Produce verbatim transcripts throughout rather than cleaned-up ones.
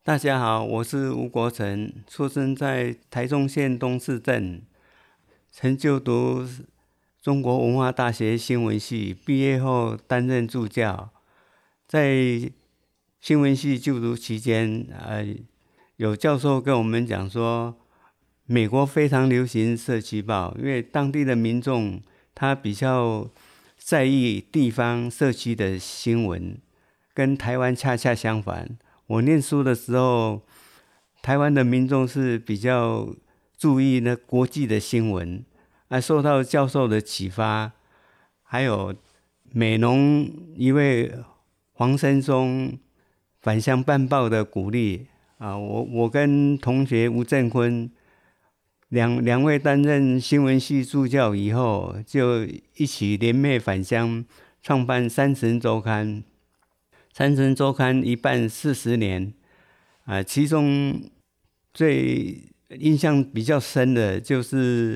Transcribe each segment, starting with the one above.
大家好，我是吴国成，出生在台中县东势镇，曾就读中国文化大学新闻系，毕业后担任助教。在新闻系就读期间，呃，有教授跟我们讲说，美国非常流行社区报，因为当地的民众他比较在意地方社区的新闻，跟台湾恰恰相反。我念书的时候，台湾的民众是比较注意呢国际的新闻，啊，受到教授的启发，还有美浓一位黄生松返乡办报的鼓励啊，我我跟同学吴正坤两两位担任新闻系助教以后，就一起联袂返乡，创办《三城周刊》。三城周刊一办四十年，啊，其中最印象比较深的就是，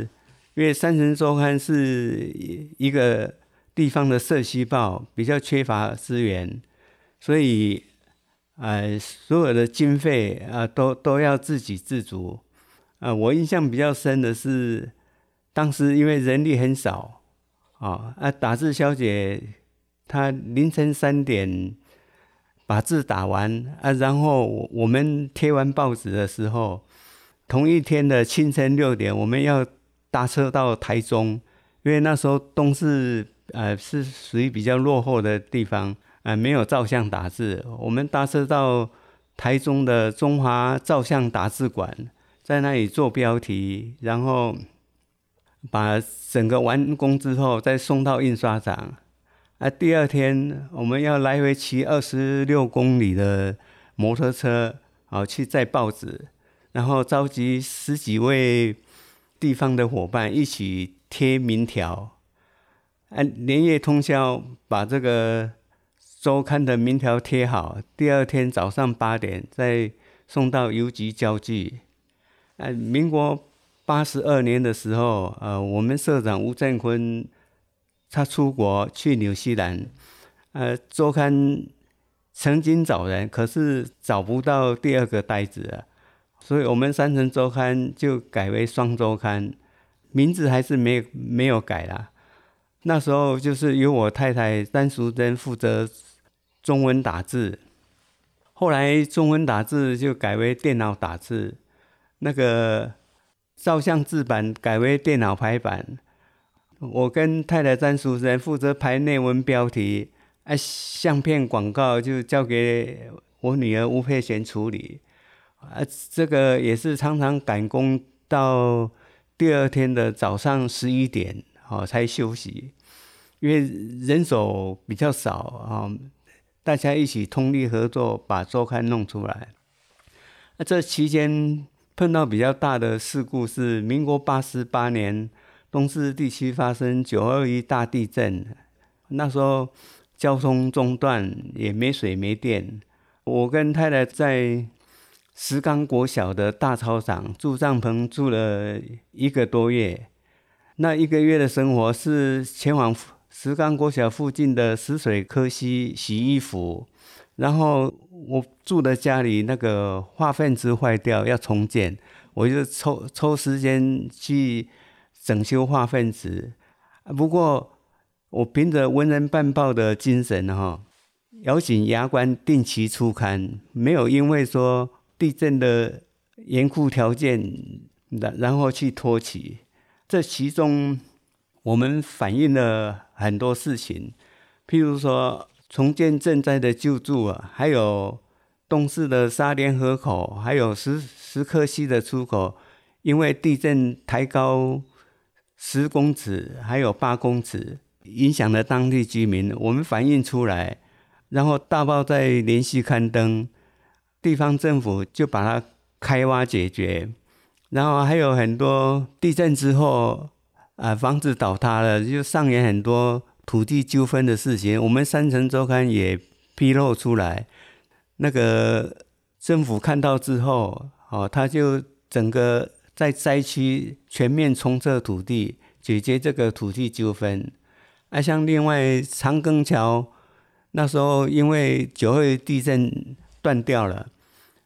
因为三城周刊是一个地方的社区报，比较缺乏资源，所以，呃，所有的经费啊都都要自给自足。啊，我印象比较深的是，当时因为人力很少，啊，啊打字小姐她凌晨三点。把字打完啊，然后我们贴完报纸的时候，同一天的清晨六点，我们要搭车到台中，因为那时候东势呃是属于比较落后的地方，呃没有照相打字，我们搭车到台中的中华照相打字馆，在那里做标题，然后把整个完工之后再送到印刷厂。啊，第二天我们要来回骑二十六公里的摩托车，啊，去载报纸，然后召集十几位地方的伙伴一起贴名条，啊，连夜通宵把这个周刊的名条贴好，第二天早上八点再送到邮局交寄。啊，民国八十二年的时候，呃，我们社长吴振坤。他出国去纽西兰，呃，周刊曾经找人，可是找不到第二个呆子了，所以我们三城周刊就改为双周刊，名字还是没没有改啦。那时候就是由我太太詹淑珍负责中文打字，后来中文打字就改为电脑打字，那个照相制版改为电脑排版。我跟太太詹淑珍负责排内文标题，啊，相片广告就交给我女儿吴佩璇处理，啊，这个也是常常赶工到第二天的早上十一点，哦，才休息，因为人手比较少，哦，大家一起通力合作把周刊弄出来。啊，这期间碰到比较大的事故是民国八十八年。东势地区发生九二一大地震，那时候交通中断，也没水没电。我跟太太在石冈国小的大操场住帐篷住了一个多月。那一个月的生活是前往石冈国小附近的石水科溪洗衣服，然后我住的家里那个化粪池坏掉要重建，我就抽抽时间去。整修化粪池，不过我凭着文人办报的精神哈，咬紧牙关定期出刊，没有因为说地震的严酷条件，然后去拖起。这其中我们反映了很多事情，譬如说重建赈灾的救助啊，还有东势的沙连河口，还有石石科溪的出口，因为地震抬高。十公尺还有八公尺，影响了当地居民。我们反映出来，然后大报再连续刊登，地方政府就把它开挖解决。然后还有很多地震之后，啊，房子倒塌了，就上演很多土地纠纷的事情。我们三城周刊也披露出来，那个政府看到之后，哦，他就整个。在灾区全面重测土地，解决这个土地纠纷。啊，像另外长庚桥那时候因为九二地震断掉了，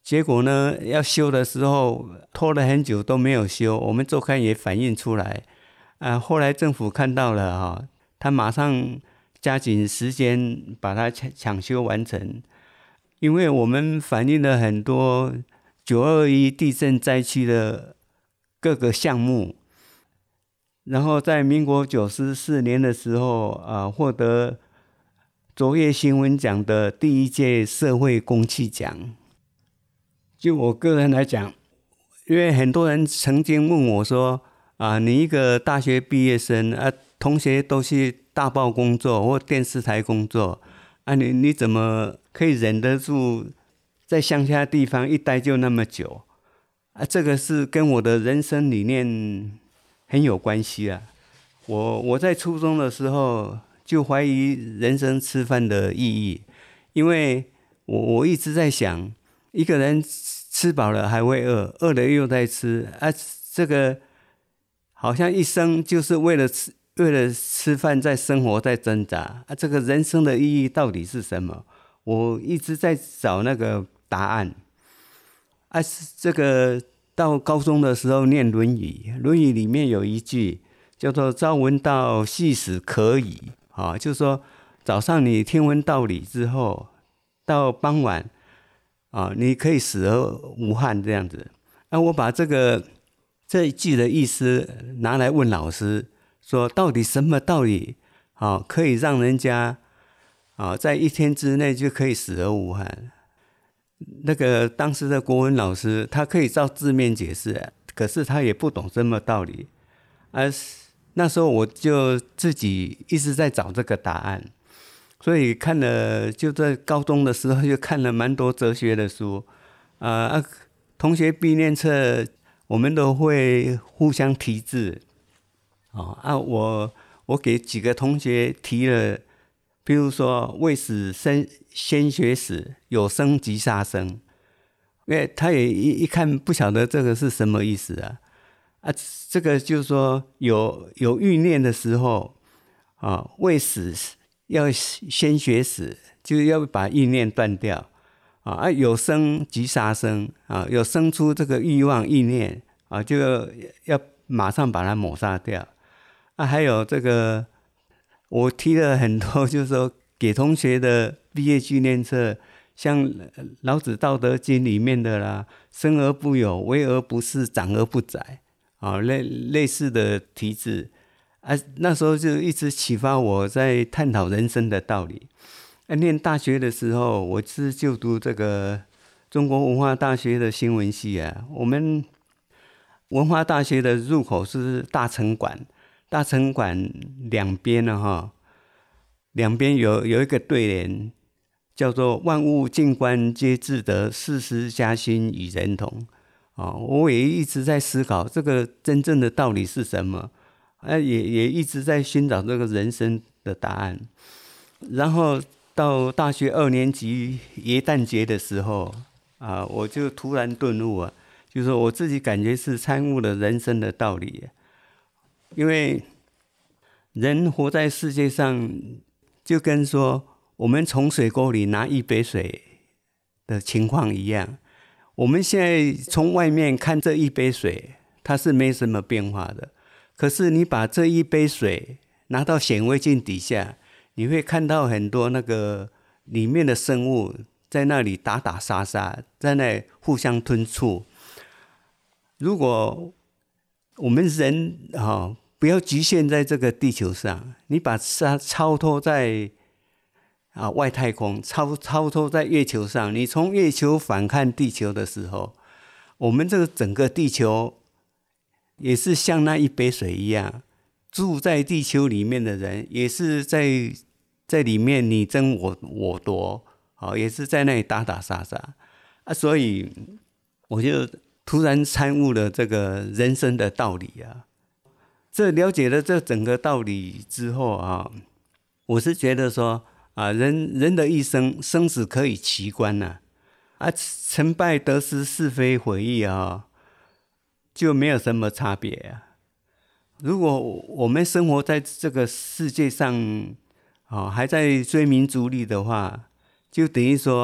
结果呢，要修的时候拖了很久都没有修，我们周刊也反映出来啊。后来政府看到了哈，他马上加紧时间把它抢修完成。因为我们反映了很多九二一地震灾区的各个项目，然后在民国九十四年的时候啊，获得卓越新闻奖的第一届社会公器奖。就我个人来讲，因为很多人曾经问我说啊，你一个大学毕业生啊，同学都去大报工作或电视台工作啊，你你怎么可以忍得住在乡下地方一待就那么久啊？这个是跟我的人生理念很有关系啊。我我在初中的时候就怀疑人生吃饭的意义，因为我我一直在想，一个人吃饱了还会饿，饿了又在吃啊，这个好像一生就是为了吃为了吃饭在生活在挣扎啊，这个人生的意义到底是什么？我一直在找那个答案啊。这个到高中的时候念《论语》，《论语》里面有一句叫做朝闻道，夕死可矣啊，就是说早上你听闻道理之后，到傍晚啊，你可以死而无憾这样子。那、啊、我把这个这一句的意思拿来问老师，说到底什么道理啊可以让人家啊在一天之内就可以死而无憾？那个当时的国文老师，他可以照字面解释，可是他也不懂什么道理。而、啊、那时候我就自己一直在找这个答案。所以看了，就在高中的时候就看了蛮多哲学的书，呃、啊，同学毕业册我们都会互相题字，哦啊，我我给几个同学提了，比如说未死先先学死，有生即杀生，因为他也一一看不晓得这个是什么意思啊，啊，这个就是说有有欲念的时候啊，未死。要先学死，就是要把意念断掉啊！有生即杀生啊，有生出这个欲望意念啊，就要马上把它抹杀掉啊！还有这个，我提了很多，就是说给同学的毕业纪念册，像老子《道德经》里面的啦，“生而不有，为而不恃，长而不宰”啊，类类似的题字。啊，那时候就一直启发我在探讨人生的道理。啊，念大学的时候，我是就读这个中国文化大学的新闻系啊。我们文化大学的入口是大城馆，大城馆两边呢，哈，两边有有一个对联，叫做“万物静观皆自得，世事家兴与人同”。啊，我也一直在思考这个真正的道理是什么。啊，也也一直在寻找这个人生的答案。然后到大学二年级耶诞节的时候啊，我就突然顿悟啊，就是说我自己感觉是参悟了人生的道理。因为人活在世界上，就跟说我们从水沟里拿一杯水的情况一样。我们现在从外面看这一杯水，它是没什么变化的。可是你把这一杯水拿到显微镜底下，你会看到很多那个里面的生物在那里打打杀杀，在那里互相吞吐。如果我们人、哦、不要局限在这个地球上，你把它超脱在、啊、外太空，超超脱在月球上，你从月球反看地球的时候，我们这个整个地球也是像那一杯水一样，住在地球里面的人也是在在里面你争我我夺，也是在那里打打杀杀啊。所以我就突然参悟了这个人生的道理啊。这了解了这整个道理之后啊，我是觉得说啊，人人的一生生死可以齐观呐、啊，啊，成败得失是非毁誉啊。就没有什么差别啊。如果我们生活在这个世界上，哦、还在追名逐利的话，就等于说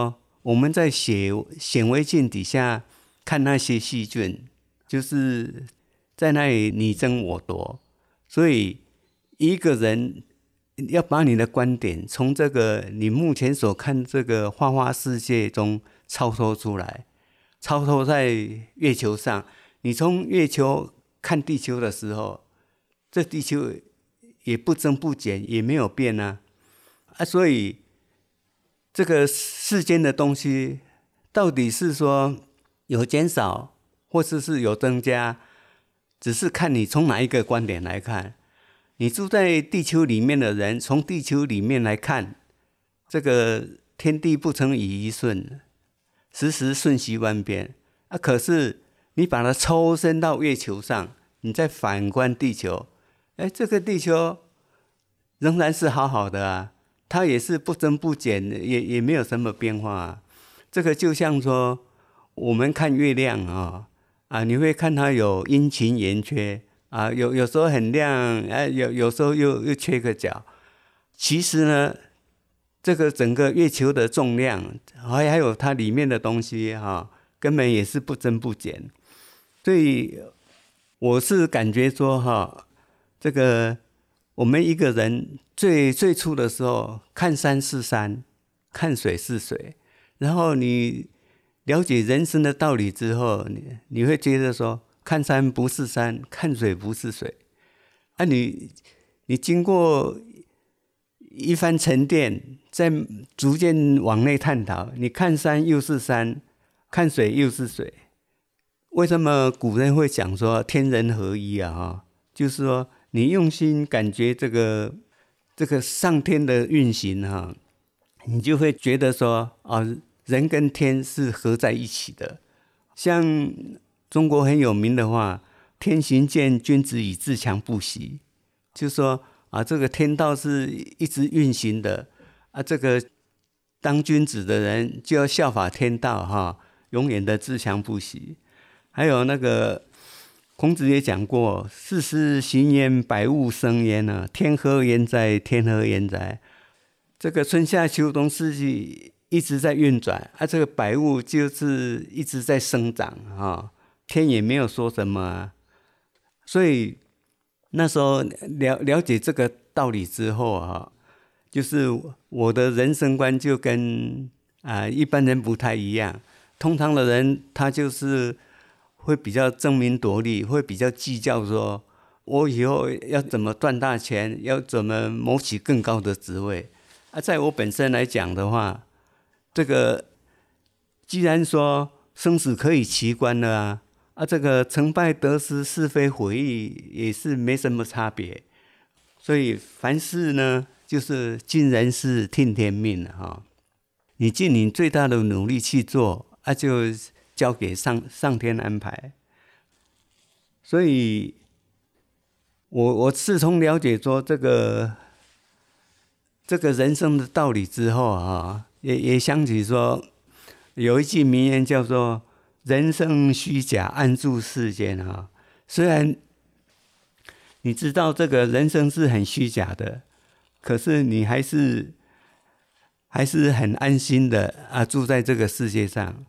我们在显微镜底下看那些细菌，就是在那里你争我夺。所以一个人要把你的观点从这个你目前所看这个花花世界中超脱出来，超脱在月球上。你从月球看地球的时候，这地球也不增不减，也没有变啊。啊，所以这个世间的东西到底是说有减少，或者是有增加，只是看你从哪一个观点来看。你住在地球里面的人，从地球里面来看，这个天地不成以一瞬，时时瞬息万变啊。可是你把它抽身到月球上，你再反观地球，哎，这个地球仍然是好好的啊，它也是不增不减，也也没有什么变化啊。这个就像说我们看月亮啊，啊，你会看它有阴晴圆缺啊，有有时候很亮，啊，有有时候又又缺个角。其实呢，这个整个月球的重量，还还有它里面的东西哈、啊，根本也是不增不减。所以我是感觉说哈、啊，这个我们一个人最最初的时候，看山是山，看水是水，然后你了解人生的道理之后，你你会觉得说，看山不是山，看水不是水。啊你，你经过一番沉淀，再逐渐往内探讨，你看山又是山，看水又是水。为什么古人会讲说天人合一啊？就是说你用心感觉这个这个上天的运行哈，你就会觉得说啊，人跟天是合在一起的。像中国很有名的话，天行健，君子以自强不息，就是说啊，这个天道是一直运行的啊，这个当君子的人就要效法天道哈，永远的自强不息。还有那个孔子也讲过，四时行焉，百物生焉啊，天何言哉，天何言哉。这个春夏秋冬四季一直在运转啊，这个百物就是一直在生长啊，天也没有说什么啊。所以那时候 了, 了解这个道理之后啊，就是我的人生观就跟啊一般人不太一样。通常的人他就是会比较争名夺利，会比较计较说我以后要怎么赚大钱，要怎么谋取更高的职位啊。在我本身来讲的话，这个既然说生死可以齐观了啊，啊这个成败得失是非毁誉也是没什么差别。所以凡事呢，就是尽人事听天命啊，你尽你最大的努力去做啊，就交给上上天安排。所以我我自从了解说这个这个人生的道理之后啊，也也想起说有一句名言叫做人生虚假，安住世间啊。虽然你知道这个人生是很虚假的，可是你还是还是很安心的啊，住在这个世界上。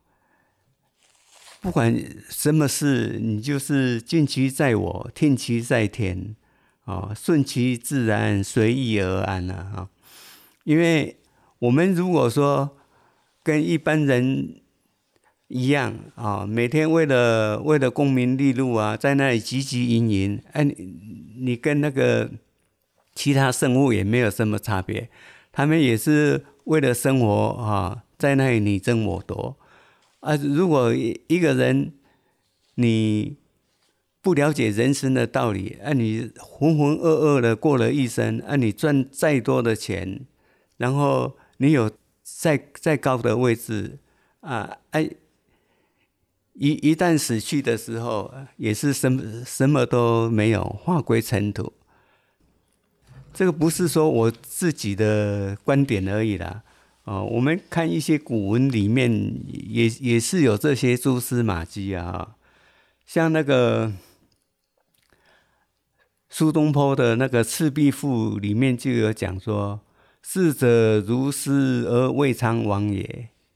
不管什么事，你就是尽其在我，听其在天，哦，顺其自然，随意而安啊、哦！因为我们如果说跟一般人一样啊、哦，每天为了为了功名利禄啊，在那里汲汲营营，哎、啊，你跟那个其他生物也没有什么差别，他们也是为了生活啊，在那里你争我夺。啊，如果一个人你不了解人生的道理，啊，你浑浑噩噩的过了一生，啊，你赚再多的钱，然后你有再再高的位置，啊，哎，一一旦死去的时候，也是什么什么都没有，化归尘土。这个不是说我自己的观点而已啦。哦，我们看一些古文里面也也是有这些蛛丝马迹啊，像那个苏东坡的那个《赤壁赋》里面就有讲说：“逝者如斯而未尝往也，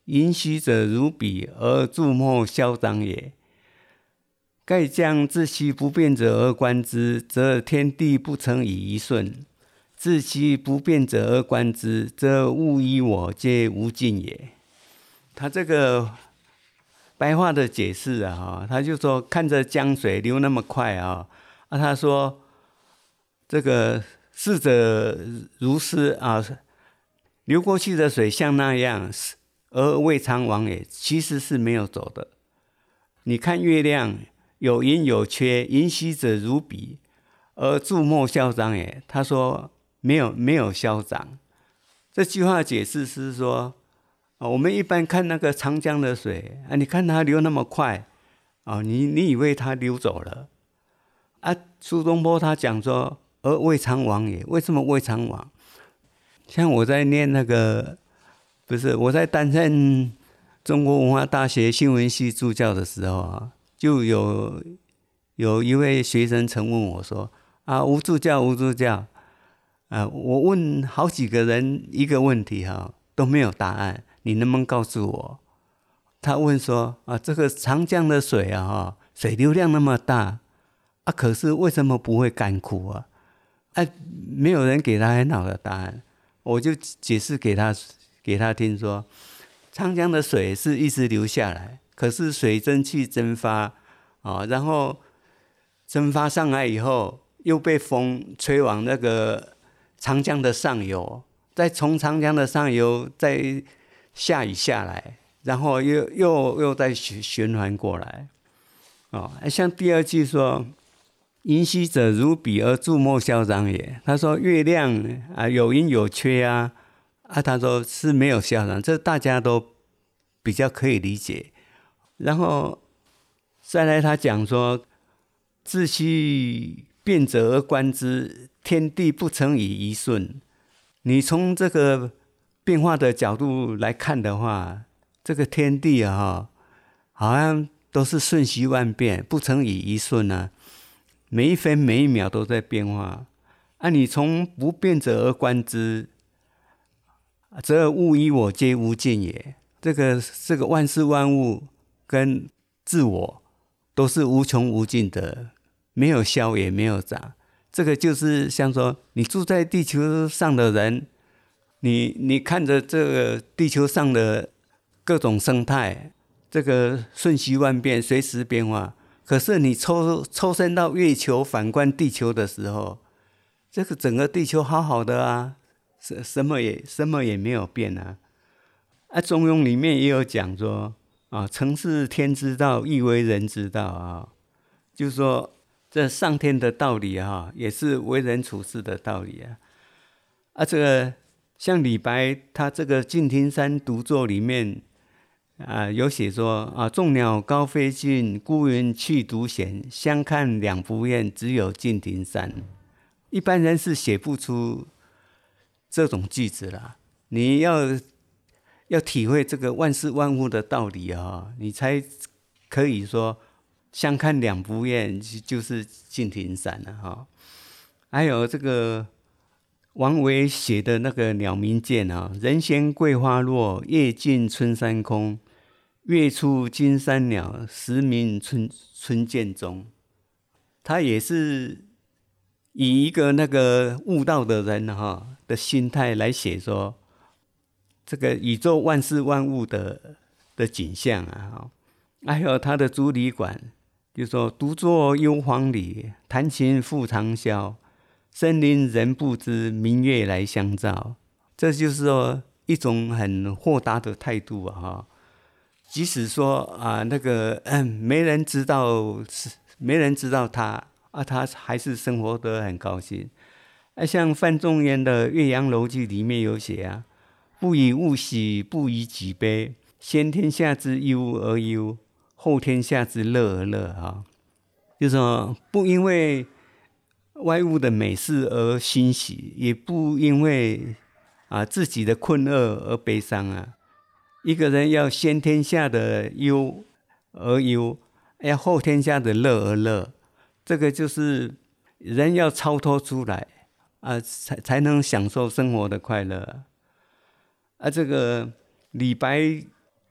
盈虚者如彼，而注目消长也。盖将自虚不变者而观之，则天地不成以一瞬；自虚不变者而观之，则物与我皆无尽也。他这个白话的解释啊，他就说看着江水流那么快啊，啊他说这个逝者如斯啊，流过去的水像那样，而未尝往也，其实是没有走的。你看月亮有盈有缺，盈虚者如彼，而注目消长也。他说没有没有消长。这句话解释是说，我们一般看那个长江的水啊，你看它流那么快啊，你你以为它流走了啊？苏东坡他讲说，而未尝往也。为什么未尝往？像我在念那个，不是我在担任中国文化大学新闻系助教的时候啊，就有有一位学生曾问我说：“啊，吴助教，吴助教，啊，我问好几个人一个问题哈，都没有答案，你能不能告诉我？”他问说：“啊，这个长江的水啊，水流量那么大啊，可是为什么不会干枯啊？”啊，没有人给他很好的答案，我就解释给他给他听说，长江的水是一直流下来，可是水蒸气蒸发啊，然后蒸发上来以后，又被风吹往那个长江的上游，再从长江的上游再下雨下来，然后又又又再循环过来。哦，像第二句说，盈虚者如彼，而注目消长也。他说月亮啊有盈有缺啊，啊他说是没有消长，这大家都比较可以理解。然后再来他讲说，自虚变者而观之，天地不成以一瞬。你从这个变化的角度来看的话，这个天地啊，好像都是瞬息万变，不成以一瞬啊。每一分每一秒都在变化，啊！你从不变者而观之，则物与我皆无尽也。这个这个万事万物跟自我都是无穷无尽的，没有消也没有长。这个就是像说，你住在地球上的人，你你看着这个地球上的各种生态，这个瞬息万变，随时变化。可是你抽抽身到月球反观地球的时候，这个整个地球好好的啊，什么也什么也没有变啊。啊，《中庸》里面也有讲说啊，诚是天之道，亦为人之道啊。就是说，这上天的道理啊，也是为人处事的道理啊。啊，这个像李白他这个《敬亭山独坐》里面。啊，有写说啊，众鸟高飞尽，孤云去独闲。相看两不厌，只有敬亭山。一般人是写不出这种句子啦。你要要体会这个万事万物的道理啊，你才可以说相看两不厌，就是敬亭山了哈。还有这个王维写的那个《鸟鸣涧》啊，人闲桂花落，夜静春山空。月出惊山鸟，时鸣春春涧中。他也是以一个那个悟道的人哈的心态来写说，这个宇宙万事万物的的景象啊。还有他的《竹里馆》，就说独坐幽篁里，弹琴复长啸。深林人不知，明月来相照。这就是说一种很豁达的态度啊。即使说啊，那个嗯，没人知道，没人知道他啊，他还是生活得很高兴。啊，像范仲淹的《岳阳楼记》里面有写啊，不以物喜，不以己悲，先天下之忧而忧，后天下之乐而乐啊。就是说，不因为外物的美事而欣喜，也不因为啊自己的困厄而悲伤啊。一个人要先天下的忧而忧，要后天下的乐而乐，这个就是人要超脱出来啊，才才能享受生活的快乐啊。啊这个李白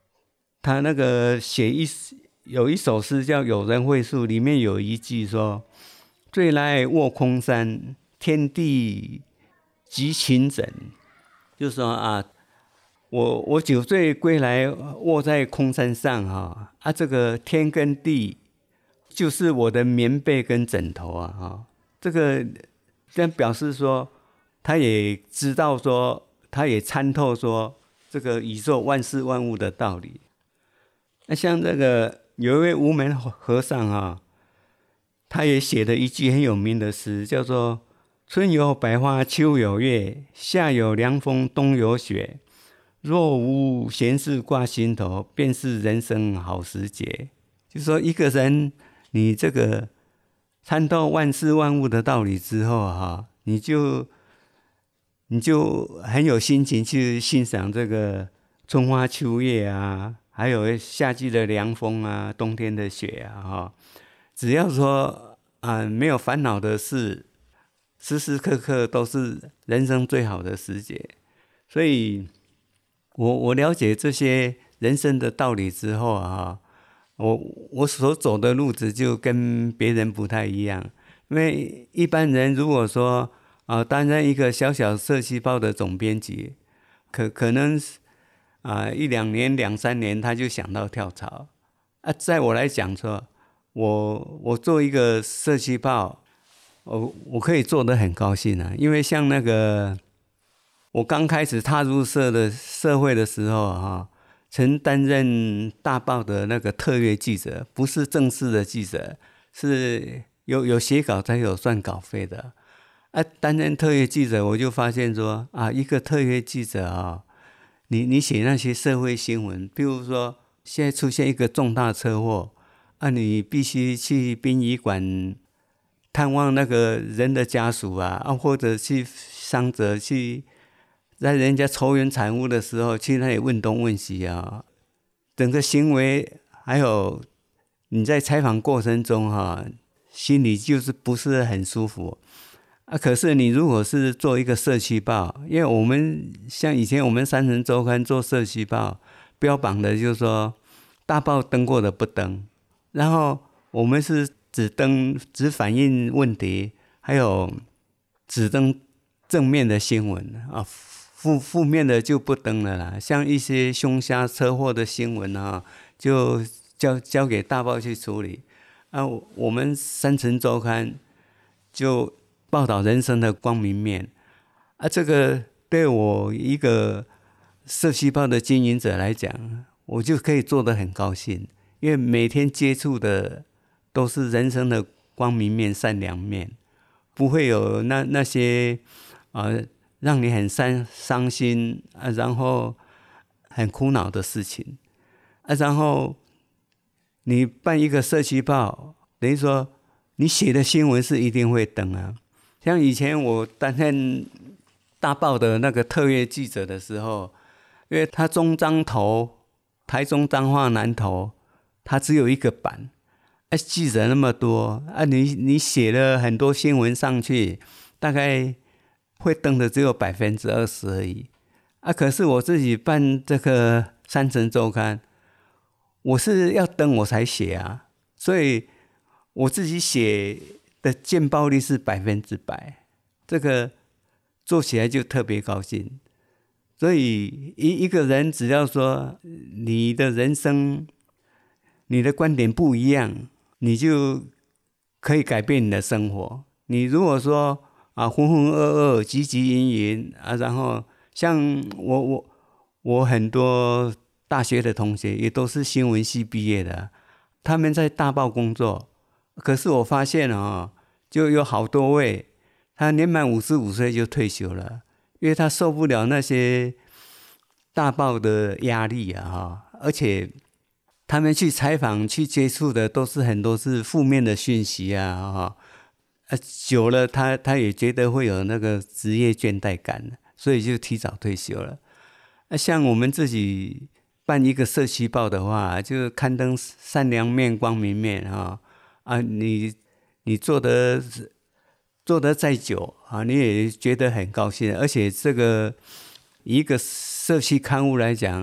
他那个写一有一首诗叫《友人会书》，里面有一句说：“醉来卧空山，天地极晴整。”就说啊，我我酒醉归来，卧在空山上哈啊，这个天跟地就是我的棉被跟枕头啊哈，这个这样表示说，他也知道说，他也参透说这个宇宙万事万物的道理。那像这个有一位无门和尚啊，他也写了一句很有名的诗，叫做春有百花，秋有月，夏有凉风，冬有雪。若无闲事挂心头，便是人生好时节。就是说，一个人你这个参透万事万物的道理之后哈，你就你就很有心情去欣赏这个春花秋月啊，还有夏季的凉风啊，冬天的雪啊哈。只要说啊没有烦恼的事，时时刻刻都是人生最好的时节。所以我我了解这些人生的道理之后啊，我我所走的路子就跟别人不太一样。因为一般人如果说啊担任一个小小社区报的总编辑，可可能啊一两年两三年他就想到跳槽啊。在我来讲说，我我做一个社区报，我我可以做得很高兴啊，因为像那个。我刚开始踏入社的社会的时候哈，曾担任大报的那个特约记者，不是正式的记者，是有有写稿才有算稿费的。啊，担任特约记者，我就发现说啊，一个特约记者啊，你你写那些社会新闻，比如说现在出现一个重大车祸啊，你必须去殡仪馆探望那个人的家属啊，啊或者去伤者去。在人家抽烟产物的时候，去那里问东问西啊，整个行为还有你在采访过程中哈，心里就是不是很舒服啊。可是你如果是做一个社区报，因为我们像以前我们三城周刊做社区报，标榜的就是说大报登过的不登，然后我们是只登只反映问题，还有只登正面的新闻啊。负负面的就不登了啦，像一些凶杀车祸的新闻啊，就交交给大报去处理。啊，我们三城周刊就报道人生的光明面。啊，这个对我一个社区报的经营者来讲，我就可以做得很高兴，因为每天接触的都是人生的光明面、善良面，不会有那那些啊。让你很伤伤心啊，然后很苦恼的事情啊，然后你办一个社区报，等于说你写的新闻是一定会登啊。像以前我担任大报的那个特约记者的时候，因为他中彰投、台中彰化南投，他只有一个版，啊，记者那么多啊，你你写了很多新闻上去，大概。会登的只有百分之二十而已啊！可是我自己办这个三城周刊，我是要登我才写啊，所以我自己写的见报率是百分之百，这个做起来就特别高兴。所以一一个人只要说你的人生、你的观点不一样，你就可以改变你的生活。你如果说啊，浑浑噩噩、汲汲营营啊，然后像我我我很多大学的同学也都是新闻系毕业的，他们在大报工作，可是我发现哦，就有好多位，他年满五十五岁就退休了，因为他受不了那些大报的压力啊，哈，而且他们去采访、去接触的都是很多是负面的讯息啊，哈。啊，久了他他也觉得会有那个职业倦怠感，所以就提早退休了。啊，像我们自己办一个社区报的话，就刊登善良面、光明面啊啊，你你做得做得再久啊，你也觉得很高兴。而且这个一个社区刊物来讲，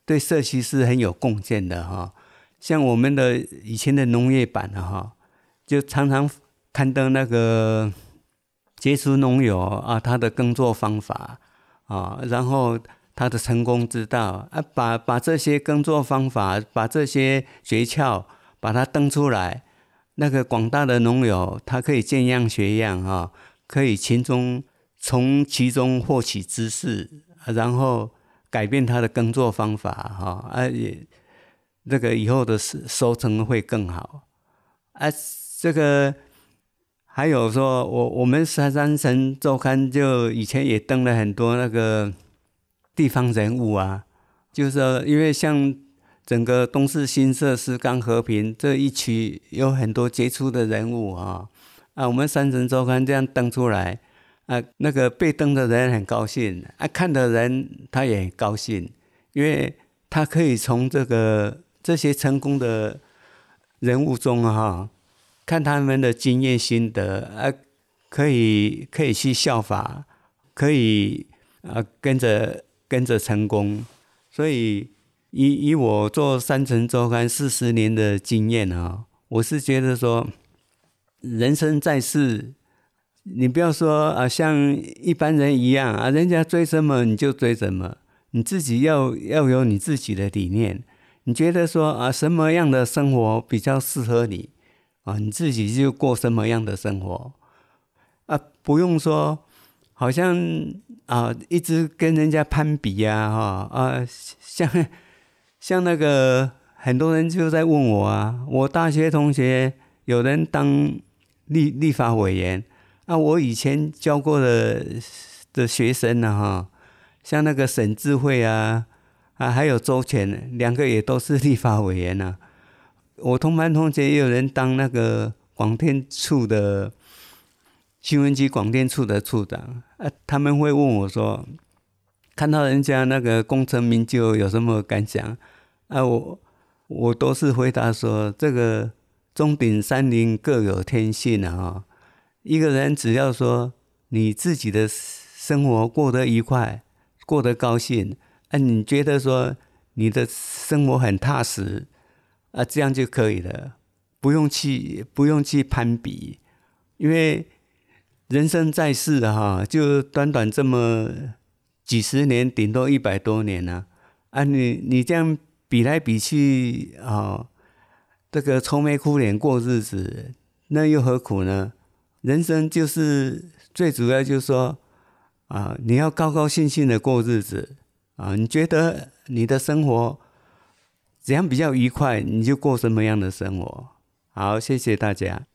对社区是很有贡献的哈。像我们的以前的农业版哈，就常常刊登那个杰出农友啊，他的耕作方法啊，然后他的成功之道啊，把把这些耕作方法，把这些诀窍，把它登出来，那个广大的农友，他可以见样学样哈，可以从中从其中获取知识，然后改变他的耕作方法哈，啊也这个以后的收成会更好啊。这个还有说，我我们三三城周刊就以前也登了很多那个地方人物啊，就是说，因为像整个东势新社、石冈和平这一区有很多杰出的人物啊，啊，我们三城周刊这样登出来啊，那个被登的人很高兴啊，看的人他也很高兴，因为他可以从这个这些成功的人物中啊，看他们的经验心得啊，可以可以去效法，可以啊跟着跟着成功。所以以以我做三城周刊四十年的经验啊，我是觉得说，人生在世，你不要说啊像一般人一样啊，人家追什么你就追什么，你自己要要有你自己的理念。你觉得说啊什么样的生活比较适合你啊？你自己就过什么样的生活啊？不用说好像啊一直跟人家攀比啊哈啊，像像那个很多人就在问我啊，我大学同学有人当立立法委员啊，我以前教过的的学生啊哈，像那个沈智慧啊。啊，还有周全，两个也都是立法委员啊。我同班同学也有人当那个广电处的新闻局广电处的处长啊，他们会问我说，看到人家那个功成名就有什么感想啊？我我都是回答说，这个钟鼎山林各有天性啊。一个人只要说你自己的生活过得愉快，过得高兴。啊，你觉得说你的生活很踏实啊，这样就可以了，不用去不用去攀比，因为人生在世哈，就短短这么几十年，顶多一百多年啊，啊你你这样比来比去啊，这个愁眉苦脸过日子，那又何苦呢？人生就是最主要就是说啊，你要高高兴兴的过日子。啊，你觉得你的生活怎样比较愉快，你就过什么样的生活。好，谢谢大家。